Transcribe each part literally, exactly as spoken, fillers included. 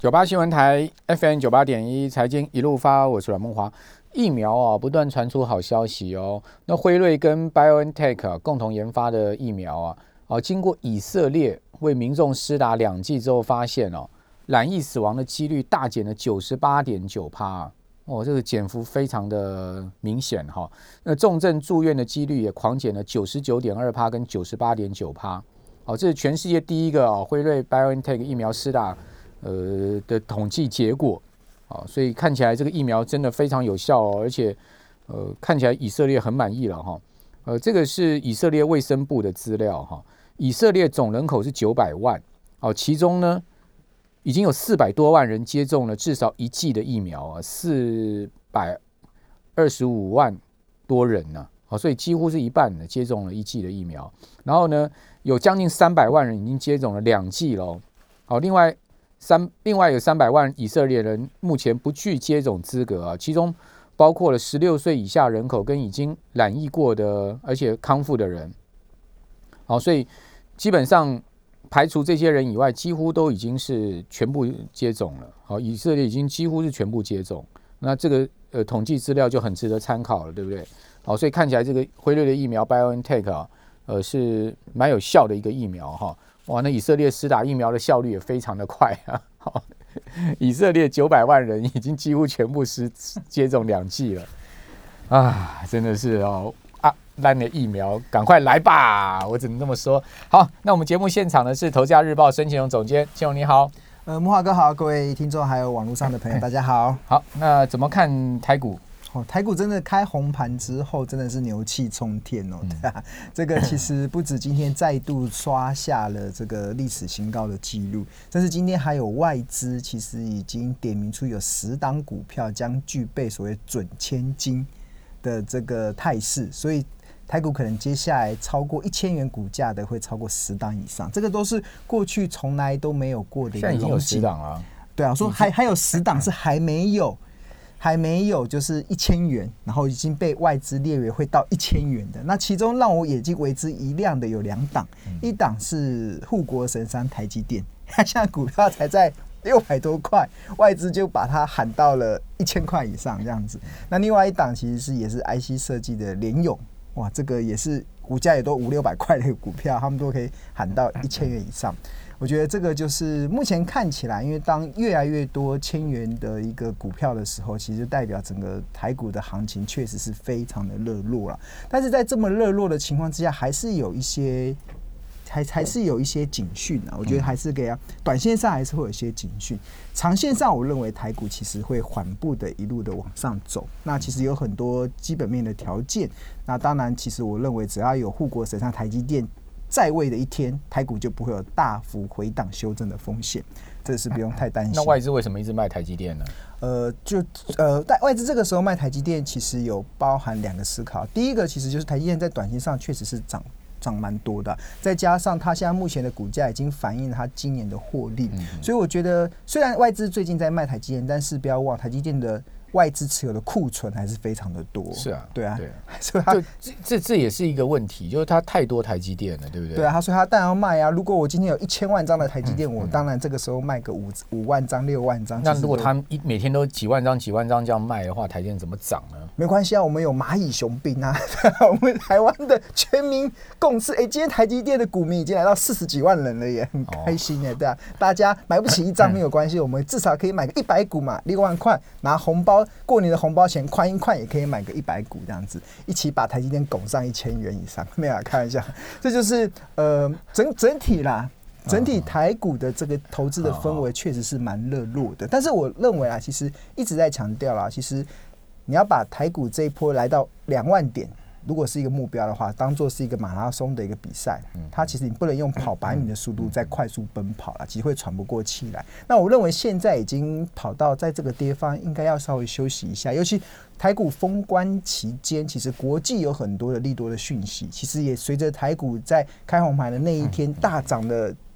九八新闻台 F M 九八点一财经一路发，我是阮梦华。疫苗啊，不断传出好消息哦。那辉瑞跟 BioNTech、啊、共同研发的疫苗啊，啊，经过以色列为民众施打两剂之后，发现哦，染疫死亡的几率大减了九十八点九趴。哦，这个减幅非常的明显哈、哦。那重症住院的几率也狂减了九十九点二趴跟九十八点九趴。哦，这是全世界第一个哦，辉瑞 BioNTech 疫苗施打。呃的统计结果，啊，所以看起来这个疫苗真的非常有效哦，而且呃看起来以色列很满意了哈。呃，这个是以色列卫生部的资料哈。以色列总人口是九百万，哦，其中呢已经有四百多万人接种了至少一剂的疫苗啊，四百二十五万多人呢、啊，所以几乎是一半的接种了一剂的疫苗。然后呢，有将近三百万人已经接种了两剂喽。好，另外。三另外有三百万以色列人目前不具接种资格啊，其中包括了十六岁以下人口跟已经染疫过的而且康复的人。好，所以基本上排除这些人以外，几乎都已经是全部接种了。好，以色列已经几乎是全部接种，那这个呃统计资料就很值得参考了，对不对？好，所以看起来这个辉瑞的疫苗 BioNTech 啊，呃是蛮有效的一个疫苗哈。哇，那以色列施打疫苗的效率也非常的快啊！好，以色列九百万人已经几乎全部施接种两剂了啊，真的是哦啊，烂的疫苗赶快来吧！我只能这么说。好，那我们节目现场的是《头家日报》孙庆荣总监，庆荣你好。 呃，慕骅哥好，各位听众还有网络上的朋友，大家好。 好，那怎么看台股？ 哦，台股真的开红盘之后，真的是牛气冲天哦，对啊，这个其实不止今天再度刷下了这个历史新高的记录，但是今天还有外资其实已经点名出有十档股票将具备所谓准千金的这个态势，所以台股可能接下来超过一千元股价的会超过十档以上，这个都是过去从来都没有过的一个龙井。现在已经有十档了，对啊，说还还有十档是还没有。还没有就是一千元，然后已经被外资列为会到一千元的。那其中让我眼睛为之一亮的有两档，嗯、一档是护国神山台积电，它现在股票才在六百多块，外资就把它喊到了一千块以上这样子。那另外一档其实是也是 I C 设计的联咏，哇，这个也是股价也都五六百块的股票，他们都可以喊到一千元以上。我觉得这个就是目前看起来，因为当越来越多千元的一个股票的时候，其实代表整个台股的行情确实是非常的热络了。但是在这么热络的情况之下，还是有一些还还是有一些警讯啊。我觉得还是给啊，短线上还是会有一些警讯，长线上我认为台股其实会缓步的一路的往上走。那其实有很多基本面的条件。那当然，其实我认为只要有护国神山台积电在位的一天，台股就不会有大幅回档修正的风险，这是不用太担心。 那外资为什么一直卖台积电呢？ 呃，就呃，在外资这个时候卖台积电，其实有包含两个思考。第一个，其实就是台积电在短线上确实是涨涨蛮多的，再加上它现在目前的股价已经反映了它今年的获利，嗯、所以我觉得虽然外资最近在卖台积电，但是不要忘台积电的外资持有的库存还是非常的多。 是啊， 对啊， 对啊，所以它这这这也是一个问题，就是它太多台积电了，对不对？ 对啊，所以它当然要卖啊。如果我今天有一千万张的台积电，嗯、我当然这个时候卖个五五万张、六万张。 那如果它每天都几万张、几万张这样卖的话，台积电怎么涨呢？ 没关系啊，我们有蚂蚁雄兵啊，我们台湾的全民共识。哎，今天台积电的股民已经来到四十几万人了，也很开心哎，对啊，大家买不起一张没有关系，我们至少可以买个一百股嘛，六万块拿红包。过年的红包钱宽一宽也可以买个一百股这样子，一起把台积电拱上一千元以上，没有啦，开玩笑。这就是呃整整体啦，整体台股的这个投资的氛围确实是蛮热络的。但是我认为啊，其实一直在强调啦，其实你要把台股这一波来到两万点。如果是一个目标的话，当做是一个马拉松的一个比赛，它其实你不能用跑百米的速度再快速奔跑了，其实会喘不过气来。那我认为现在已经跑到在这个地方，应该要稍微休息一下。尤其台股封关期间，其实国际有很多的利多的讯息，其实也随着台股在开红盘的那一天大涨了百分之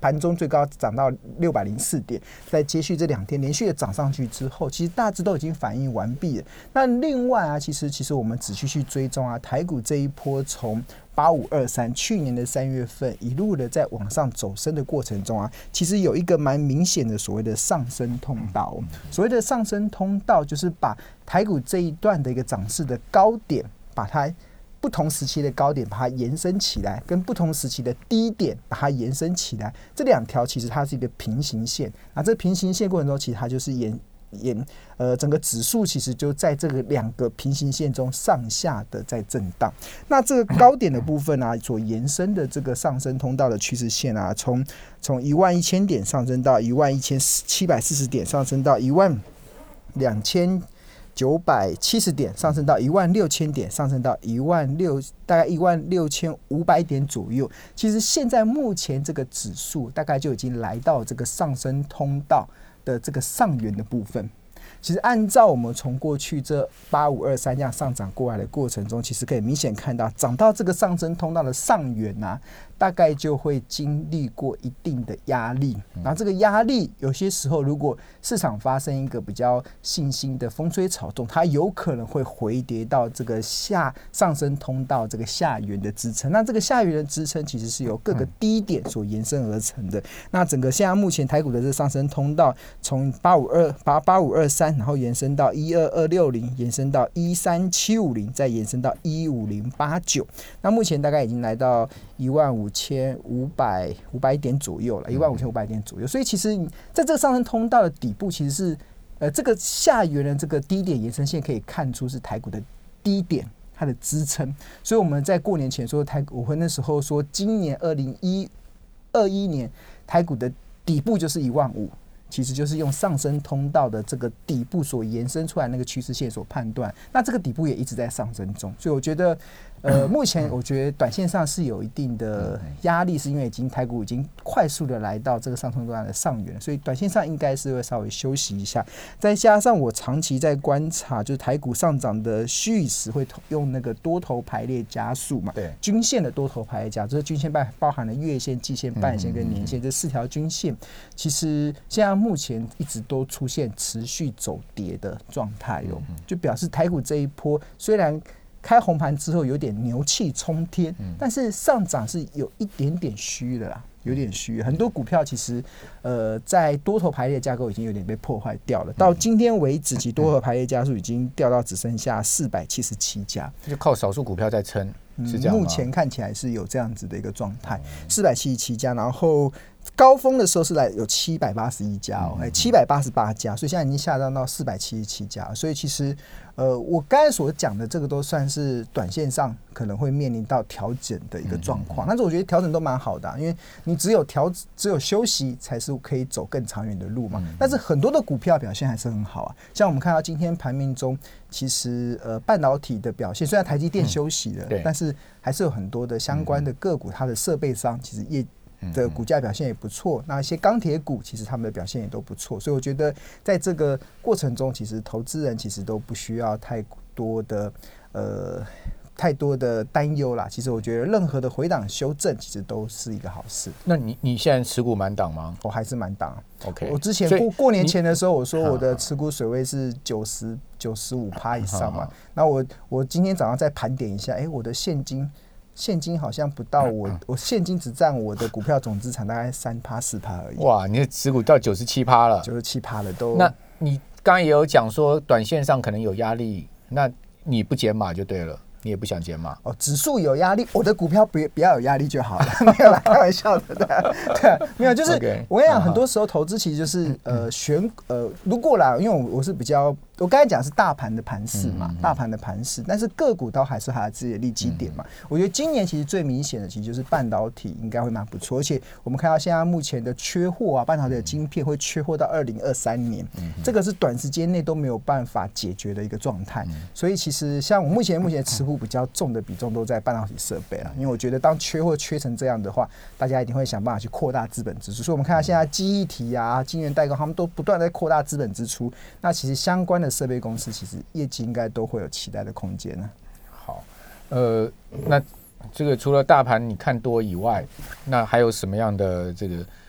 盘中最高涨到六百零四点，在接续这两天连续的涨上去之后，其实大致都已经反应完毕了。那另外啊，其实其实我们仔细去追踪啊，台股这一波从八五二三去年的三月份一路的在往上走升的过程中啊，其实有一个蛮明显的所谓的上升通道。所谓的上升通道，就是把台股这一段的一个涨势的高点，把它不同时期的高点把它延伸起来，跟不同时期的低点把它延伸起来，这两条其实它是一个平行线。那这平行线过程中，其实它就是延延呃整个指数其实就在这个两个平行线中上下的在震荡。那这个高点的部分啊，所延伸的这个上升通道的趋势线啊，从从一万一千点上升到一万一千七百四十点，上升到一万两千九百七十点，上升到一万六千点，上升到一万六大概一万六千五百点左右。其实现在目前这个指数大概就已经来到这个上升通道的这个上缘的部分。其实按照我们从过去这八五二三这样上涨过来的过程中，其实可以明显看到，涨到这个上升通道的上缘啊，大概就会经历过一定的压力。然后这个压力有些时候，如果市场发生一个比较信心的风吹草动，它有可能会回跌到这个下上升通道这个下缘的支撑。那这个下缘的支撑其实是由各个低点所延伸而成的。那整个现在目前台股的这个上升通道，从八五二八八五二三，然后延伸到一二二六零，延伸到一三七五零，再延伸到一五零八九。那目前大概已经来到一万五千五百五百点左右了，一万五千五百点左右。所以其实在这个上升通道的底部，其实是呃这个下缘的这个低点延伸线可以看出是台股的低点，它的支撑。所以我们在过年前说台股，我会那时候说今年二零二一年台股的底部就是一万五。其实就是用上升通道的这个底部所延伸出来那个趋势线所判断，那这个底部也一直在上升中，所以我觉得，呃，目前我觉得短线上是有一定的压力，是因为已经台股已经快速的来到这个上升通道的上缘，所以短线上应该是会稍微休息一下。再加上我长期在观察，就是台股上涨的虚与实会用那个多头排列加速嘛，对，均线的多头排列加速，这均线包含了月线、季线、半线跟年线这四条均线，其实现在目前一直都出现持续走跌的状态哦，就表示台股这一波虽然开红盘之后有点牛气冲天，但是上涨是有一点点虚的啦，有点虚。很多股票其实呃在多头排列架构已经有点被破坏掉了，到今天为止，其多头排列家数已经掉到只剩下四百七十七家， 就靠少数股票在撑，是这样吗？ 目前看起来是有这样子的一个状态，四百七十七家，然后高峰的时候是来有七百八十一家哦，哎，七百八十八家，所以现在已经下降到四百七十七家，所以其实呃，我刚才所讲的这个都算是短线上可能会面临到调整的一个状况，但是我觉得调整都蛮好的、啊，因为你只有调只有休息才是可以走更长远的路嘛。但是很多的股票表现还是很好啊，像我们看到今天盘面中，其实呃半导体的表现，虽然台积电休息了，嗯、但是还是有很多的相关的个股，它的设备商其实业的股价表现也不错，那一些钢铁股其实他们的表现也都不错，所以我觉得在这个过程中，其实投资人其实都不需要太多的呃太多的担忧啦。其实我觉得任何的回档修正，其实都是一个好事。 那你你现在持股满档吗？ 我还是满档。 OK， 我之前过过年前的时候，我说我的持股水位是九十九十五趴以上嘛。那我我今天早上再盘点一下，哎、欸，我的现金。现金好像不到我，我现金只占我的股票总资产大概三趴四趴而已。 哇，你的持股到九十七趴了， 九十七趴了都。 那你刚刚也有讲说，短线上可能有压力，那你不减码就对了。你也不想减码哦，指数有压力，我的股票不不要有压力就好了，没有啦，开玩笑的，对、啊，对、啊，没有，就是、okay, 我跟你讲，很多时候投资其实就是呃选呃，如果啦，因为我我是比较，我刚才讲是大盘的盘势嘛，嗯嗯大盘的盘势，但是个股都还是还有自己的利基点嘛。嗯、我觉得今年其实最明显的其实就是半导体应该会蛮不错，而且我们看到现在目前的缺货啊，半导体的晶片会缺货到二零二三年，嗯、这个是短时间内都没有办法解决的一个状态。嗯、所以其实像我目前目前持股比较重的比重都在半导体设备了，因为我觉得当缺货缺成这样的话，大家一定会想办法去扩大资本支出。所以我们看到现在记忆体啊、晶圆代工，他们都不断在扩大资本支出。那其实相关的设备公司其实业绩应该都会有期待的空间呢。 好，呃，那这个除了大盘你看多以外，那还有什么样的这个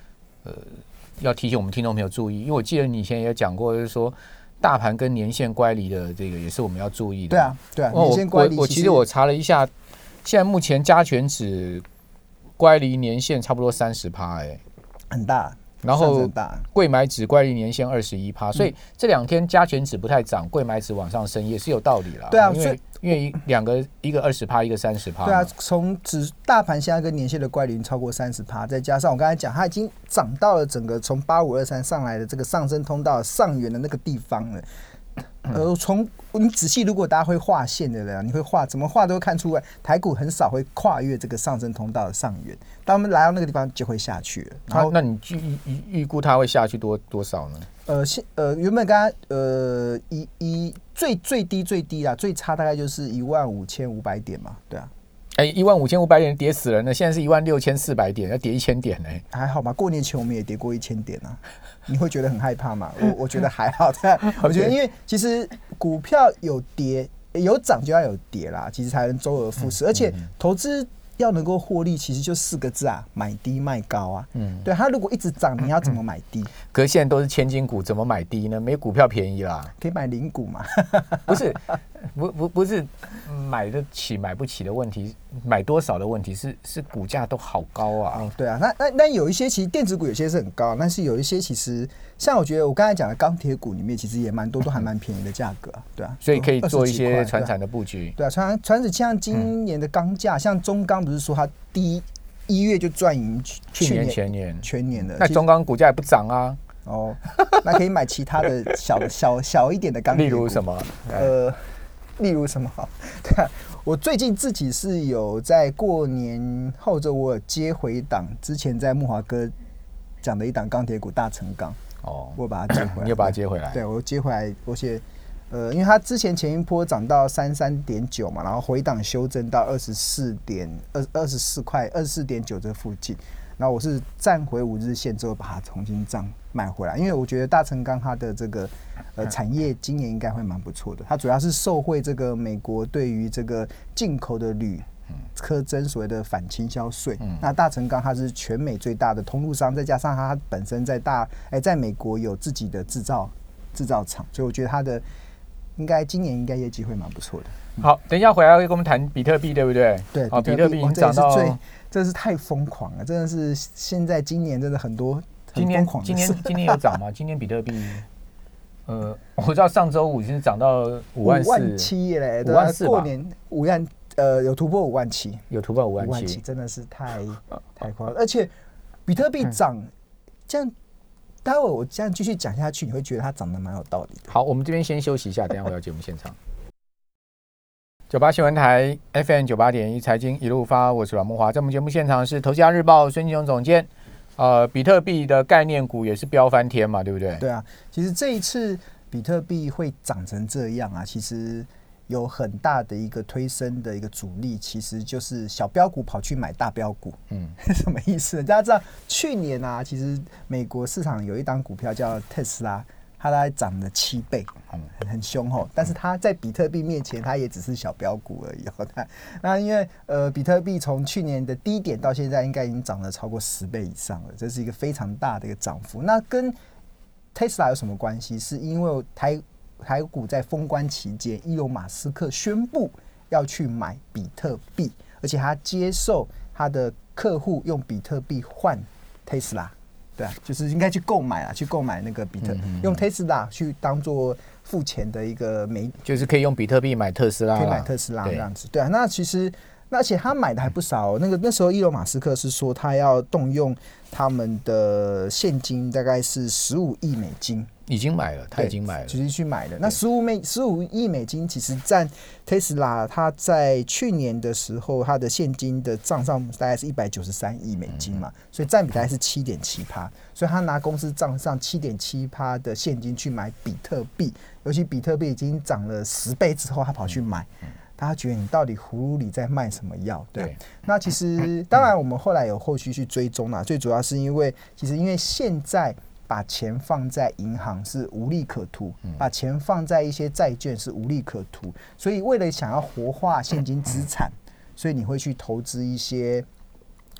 呃要提醒我们听众朋友注意，因为我记得你以前也讲过，就是说大盘跟年线乖离的这个也是我们要注意的。 对啊，对啊，年线乖离我我其实我查了一下，现在目前加权指乖离年线差不多三十趴，哎， 很大。 然后贵买指乖离年线二十一趴，所以这两天加权指不太涨，贵买指往上升也是有道理啦。 对啊， 因为因为两个一个二十趴，一个三十趴。 对啊，从指大盘现在跟年线的乖离超过三十趴，再加上我刚才讲，它已经涨到了整个从八五二三上来的这个上升通道上缘的那个地方了。呃，从你仔细，如果大家会画线的人，你会画怎么画都会看出来，台股很少会跨越这个上升通道的上缘，当我们来到那个地方就会下去了。然后， 那你预预估它会下去多多少呢？ 呃，现呃原本刚刚呃一一最最低最低啦，最差大概就是一万五千五百点嘛，对啊。 哎，一万五千五百点跌死人了，现在是一万六千四百点，要跌一千点呢、欸， 还好吧？过年前我们也跌过一千点啊，你会觉得很害怕吗？我我觉得还好，但我觉得因为其实股票有跌有涨就要有跌啦，其实才能周而复始，而且投资要能够获利，其实就四个字啊，买低卖高啊。嗯，对，它如果一直涨，你要怎么买低？ 可是现在都是千金股，怎么买低呢？没股票便宜啦， 可以买零股嘛？ 不是，不不不是买得起买不起的问题，买多少的问题，是是股价都好高啊。 哦，对啊，那那那有一些其实电子股有些是很高，但是有一些其实像我觉得我刚才讲的钢铁股里面，其实也蛮多都还蛮便宜的价格啊，对啊， 所以可以做一些传产的布局。 对啊，传传产像今年的钢价，嗯、像中钢不是说它第一一月就赚赢去年前年全年的， 那中钢股价也不涨啊。 哦，那可以买其他的小小小一点的钢铁股， 例如什么？ 呃，例如什么？对啊，我最近自己是有在过年后着我有接回档，之前在木华哥讲的一档钢铁股大成钢。哦，我把它接回来。 你有把它接回来？ 对，我接回来，而且呃，因为它之前前一波涨到三三点九嘛，然后回档修正到二十四点二二十四块二十四点九这附近。然后我是站回五日线之后把它重新涨买回来，因为我觉得大成钢它的这个呃产业今年应该会蛮不错的，它主要是受惠这个美国对于这个进口的铝苛征所谓的反倾销税。嗯、那大成钢它是全美最大的通路商，再加上它本身在大哎在美国有自己的制造制造厂，所以我觉得它的应该今年应该业绩会蛮不错的。 嗯、好，等一下回来会跟我们谈比特币，对不对？ 对， 好，比特币已经涨到。 真的是太疯狂了，真的是现在今年真的很多很疯狂的事。今天今天今天有涨吗？今天比特币，呃，我知道上周五已经涨到五万四、 五万七嘞， 五万四过年五万呃有突破五万七， 有突破五万七， 真的是太太夸张。而且比特币涨这样，待会我这样继续讲下去，你会觉得它涨得蛮有道理的。 好，我们这边先休息一下，等一下回到节目现场。九八新闻台 F M 九八点一财经一路发，我是阮慕骅。在我们节目现场是投家日报孙金雄总监。呃，比特币的概念股也是飙翻天嘛，对不对？ 对啊，其实这一次比特币会涨成这样啊，其实有很大的一个推升的一个阻力，其实就是小标股跑去买大标股。嗯，什么意思？大家知道去年啊，其实美国市场有一档股票叫特斯拉。它大概涨了七倍，很很凶吼，但是它在比特币面前，它也只是小标股而已。那因为呃，比特币从去年的低点到现在，应该已经涨了超过十倍以上了，这是一个非常大的一个涨幅。那跟 Tesla 有什么关系？是因为台台股在封关期间，伊隆马斯克宣布要去买比特币，而且他接受他的客户用比特币换 Tesla。对啊，就是应该去购买啊，去购买那个比特，嗯嗯用 Tesla 去当做付钱的一个媒， 就是可以用比特币买特斯拉， 可以买特斯拉这样子。对啊，那其实，那而且他买的还不少、哦。那个那时候，伊隆马斯克是说他要动用他们的现金，大概是十五亿美金。 已经买了，他已经买了， 直接去买了。那十五美十五亿美金，其实占 Tesla 它在去年的时候，它的现金的账上大概是一百九十三亿美金嘛，所以占比大概是七点七趴。所以他拿公司账上七点七趴的现金去买比特币，尤其比特币已经涨了十倍之后，他跑去买。大家觉得你到底葫芦里在卖什么药？对，对那其实当然我们后来有后续去追踪啦，最主要是因为其实因为现在。把钱放在银行是无利可图，把钱放在一些债券是无利可图，所以为了想要活化现金资产，所以你会去投资一些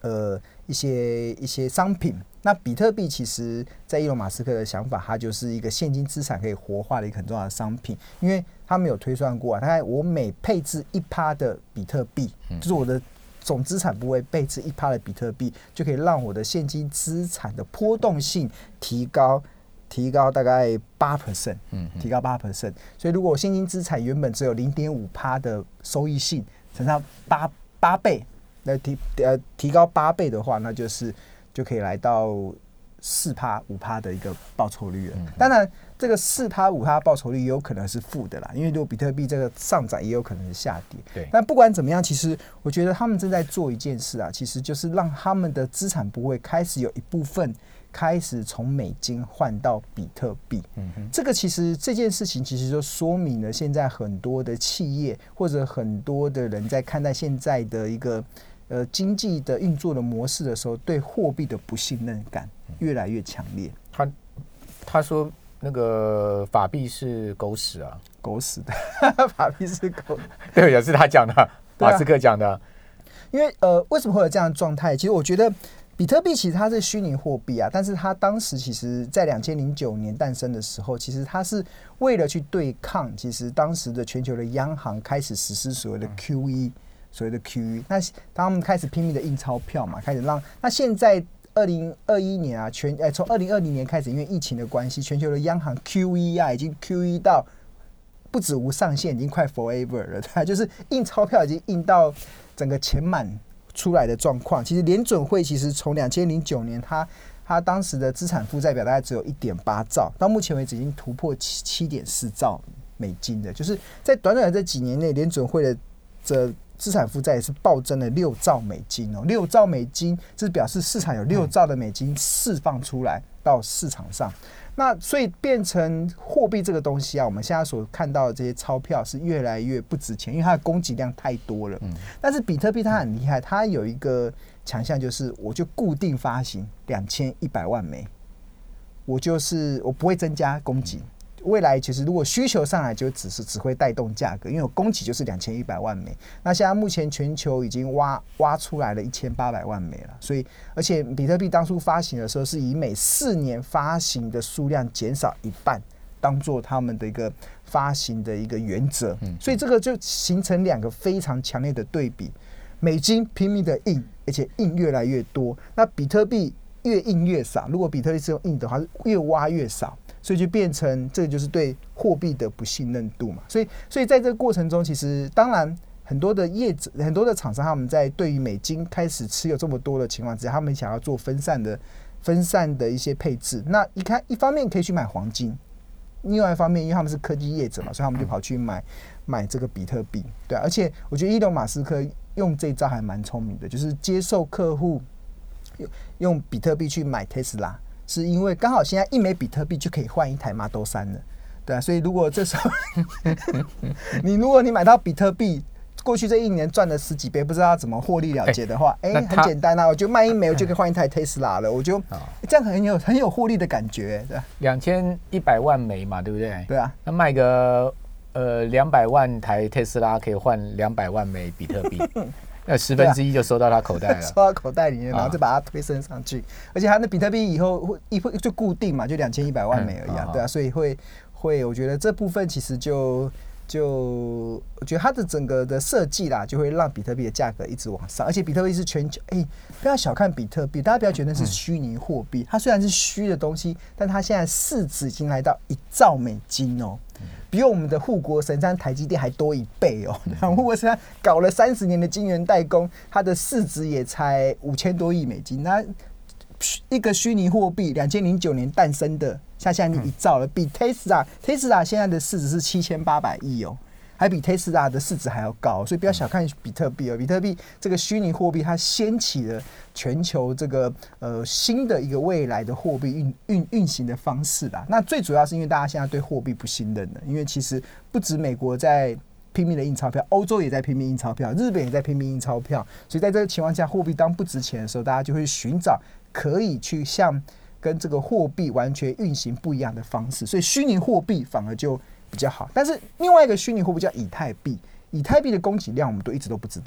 呃一些一些商品。那比特币其实在伊隆马斯克的想法，它就是一个现金资产可以活化的一个很重要的商品，因为他们有推算过啊，大概我每配置一趴的比特币，就是我的总资产部位配置一趴的比特币，就可以让我的现金资产的波动性提高。提高大概八 percent， 提高八 percent， 所以如果我现金资产原本只有零点五趴的收益性，乘上八八倍，那提呃提高八倍的话，那就是就可以来到四趴五趴的一个报酬率了。当然，这个四趴五趴报酬率也有可能是负的啦，因为如果比特币这个上涨，也有可能是下跌。 对。 但不管怎么样，其实我觉得他们正在做一件事啊，其实就是让他们的资产部位开始有一部分。开始从美金换到比特币，嗯，这个其实这件事情其实就说明了现在很多的企业或者很多的人在看待现在的一个呃经济的运作的模式的时候，对货币的不信任感越来越强烈。 他他说那个法币是狗屎啊， 狗屎的法币是狗， 对，也是他讲的，马斯克讲的。 因为呃，为什么会有这样的状态？其实我觉得。比特币其实它是虚拟货币啊，但是它当时其实在两千零九年诞生的时候，其实它是为了去对抗，其实当时的全球的央行开始实施所谓的 Q E， 所谓的 Q E， 那他们开始拼命的印钞票嘛，开始让那现在二零二一年啊，全呃从二零二零年开始，因为疫情的关系，全球的央行 Q E 啊已经 Q E 到不止无上限，已经快 forever 了，对，就是印钞票已经印到整个钱满。出来的状况，其实联准会其实从两千零九年它，它当时的资产负债表大概只有一点八兆，到目前为止已经突破七点四兆美金的，就是在短短的这几年内，联准会的这资产负债也是暴增了六兆美金哦，六兆美金，这表示市场有六兆的美金释放出来到市场上。那所以变成货币这个东西啊，我们现在所看到的这些钞票是越来越不值钱，因为它的供给量太多了。嗯、但是比特币它很厉害，它有一个强项就是我就固定发行两千一百万枚，我就是我不会增加供给。未来其实如果需求上来，就只是只会带动价格，因为我供给就是两千一百万枚。那现在目前全球已经挖挖出来了一千八百万枚了，所以而且比特币当初发行的时候是以每四年发行的数量减少一半当做他们的一个发行的一个原则，所以这个就形成两个非常强烈的对比：美金拼命的印，而且印越来越多；那比特币越印越少。如果比特币是用印的话，是越挖越少。所以就变成这个就是对货币的不信任度嘛，所以所以在这个过程中，其实当然很多的业者、很多的厂商，他们在对于美金开始持有这么多的情况之下，他们想要做分散的、分散的一些配置。那一看，一方面可以去买黄金，另外一方面，因为他们是科技业者嘛，所以他们就跑去买买这个比特币，对、啊。而且我觉得伊隆马斯克用这一招还蛮聪明的，就是接受客户用比特币去买特斯拉。是因为刚好现在一枚比特币就可以换一台 Model 三了，对啊，所以如果这时候你如果你买到比特币，过去这一年赚了十几倍，不知道怎么获利了结的话，哎、欸欸，很简单啊，我就卖一枚，我就可以换一台 Tesla 了，我就、欸、这样很有很有获利的感觉，对吧？ 两千一百万枚嘛，对不对？ 对啊， 那卖个呃两百万台特斯拉可以换两百万枚比特币。那十分之一就收到他口袋了， 收到口袋里面，然后再把它推升上去。而且他那比特币以后会一就固定嘛，就两千一百万枚而已啊，对啊，所以会会，我觉得这部分其实就就我觉得它的整个的设计啦，就会让比特币的价格一直往上。而且比特币是全球，哎、欸，不要小看比特币，大家不要觉得是虚拟货币，它虽然是虚的东西，但它现在市值已经来到一兆美金哦。比我们的护国神山台积电还多一倍哦！护国神山搞了三十年的晶圆代工，它的市值也才五千多亿美金。那一个虚拟货币，两千零九年诞生的，现在已经一兆了，比 Tesla Tesla 现在的市值是七千八百亿哦。还比 Tesla 的市值还要高，所以不要小看比特币哦。比特币这个虚拟货币，它掀起了全球这个呃新的一个未来的货币运运运行的方式啦。那最主要是因为大家现在对货币不信任了，因为其实不止美国在拼命的印钞票，欧洲也在拼命印钞票，日本也在拼命印钞票，所以在这个情况下，货币当不值钱的时候，大家就会寻找可以去像跟这个货币完全运行不一样的方式，所以虚拟货币反而就比较好。但是另外一个虚拟货币叫以太币，以太币的供给量我们都一直都不知道，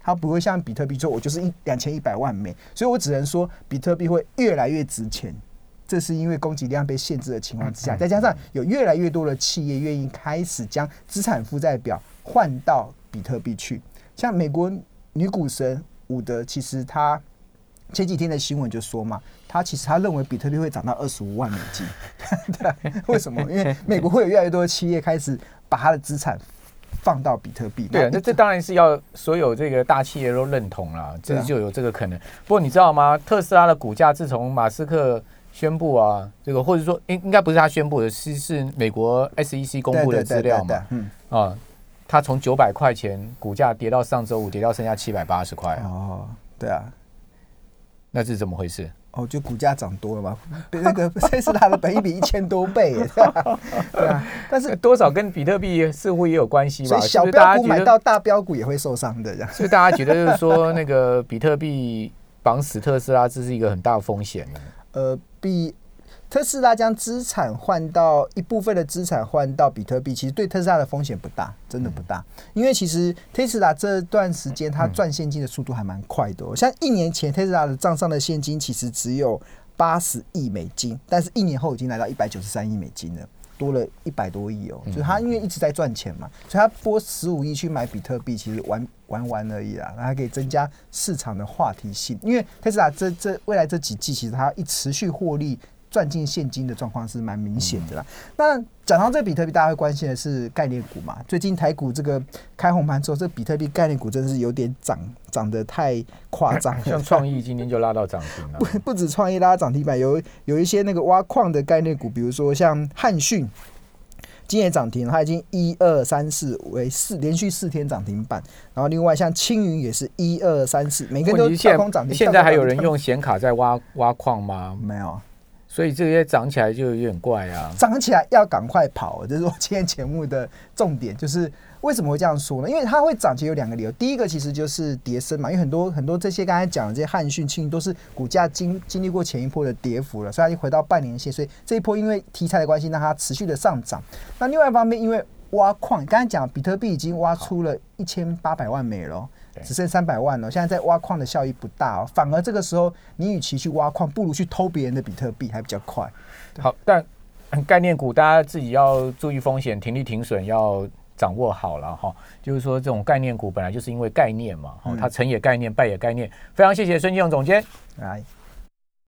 它不会像比特币说我就是一两千一百万枚，所以我只能说比特币会越来越值钱。这是因为供给量被限制的情况之下，再加上有越来越多的企业愿意开始将资产负债表换到比特币去。像美国女股神伍德，其实她前几天的新闻就说嘛，她其实她认为比特币会涨到二十五万美金。对，为什么？因为美国会有越来越多的企业开始把它的资产放到比特币。 对，那这当然是要所有这个大企业都认同啦，这就有这个可能。不过你知道吗？特斯拉的股价自从马斯克宣布啊，这个或者说应应该不是他宣布的，是是美国 S E C 公布的资料嘛，嗯啊，他从九百块钱股价跌到上周五跌到剩下七百八十块。 哦，对啊， 那是怎么回事？ 哦，就股价涨多了嘛，那个特斯拉的本益比一千多倍耶，对啊， 但是多少跟比特币似乎也有关系吧？ 所以小标股买到大标股也会受伤的，这样。 所以大家觉得就是说，那个比特币绑死特斯拉，这是一个很大的风险。 呃，比特斯拉将资产换到一部分的资产换到比特币，其实对特斯拉的风险不大，真的不大。嗯、因为其实特斯拉这段时间它赚现金的速度还蛮快的、哦，像一年前特斯拉的账上的现金其实只有八十亿美金，但是一年后已经来到一百九十三亿美金了。多了一百多亿哦，就是他因为一直在赚钱嘛，所以他拨十五亿去买比特币，其实玩玩玩而已啦，还可以增加市场的话题性。因为特斯拉这这未来这几季，其实它一持续获利赚进现金的状况是蛮明显的啦。那讲到这比特币，大家会关心的是概念股嘛？最近台股这个开红盘之后，这比特币概念股真的是有点涨涨得太夸张了。 像创意今天就拉到涨停了， 不不止创意拉涨停板，有有一些那个挖矿的概念股，比如说像汉讯。今年涨停，它已经一二三四为四连续四天涨停板，然后另外像青云也是一二三四，每个人都跳空涨停。 现在还有人用显卡在挖挖矿吗？ 没有， 所以这些涨起来就有点怪啊。 涨起来要赶快跑，这是我今天节目的重点，就是为什么会这样说呢？因为它会涨，其实有两个理由。第一个其实就是跌升嘛，因为很多很多这些刚才讲的这些汉讯、青云都是股价经经历过前一波的跌幅了，所以它就回到半年线，所以这一波因为题材的关系，让它持续的上涨。那另外一方面，因为挖矿，刚才讲比特币已经挖出了一千八百万枚了，只剩三百万了，现在在挖矿的效益不大哦，反而这个时候你与其去挖矿，不如去偷别人的比特币还比较快。 好，但概念股大家自己要注意风险，停利停损要掌握好了哈。就是说，这种概念股本来就是因为概念嘛，它成也概念，败也概念。非常谢谢孙金勇总监， 来。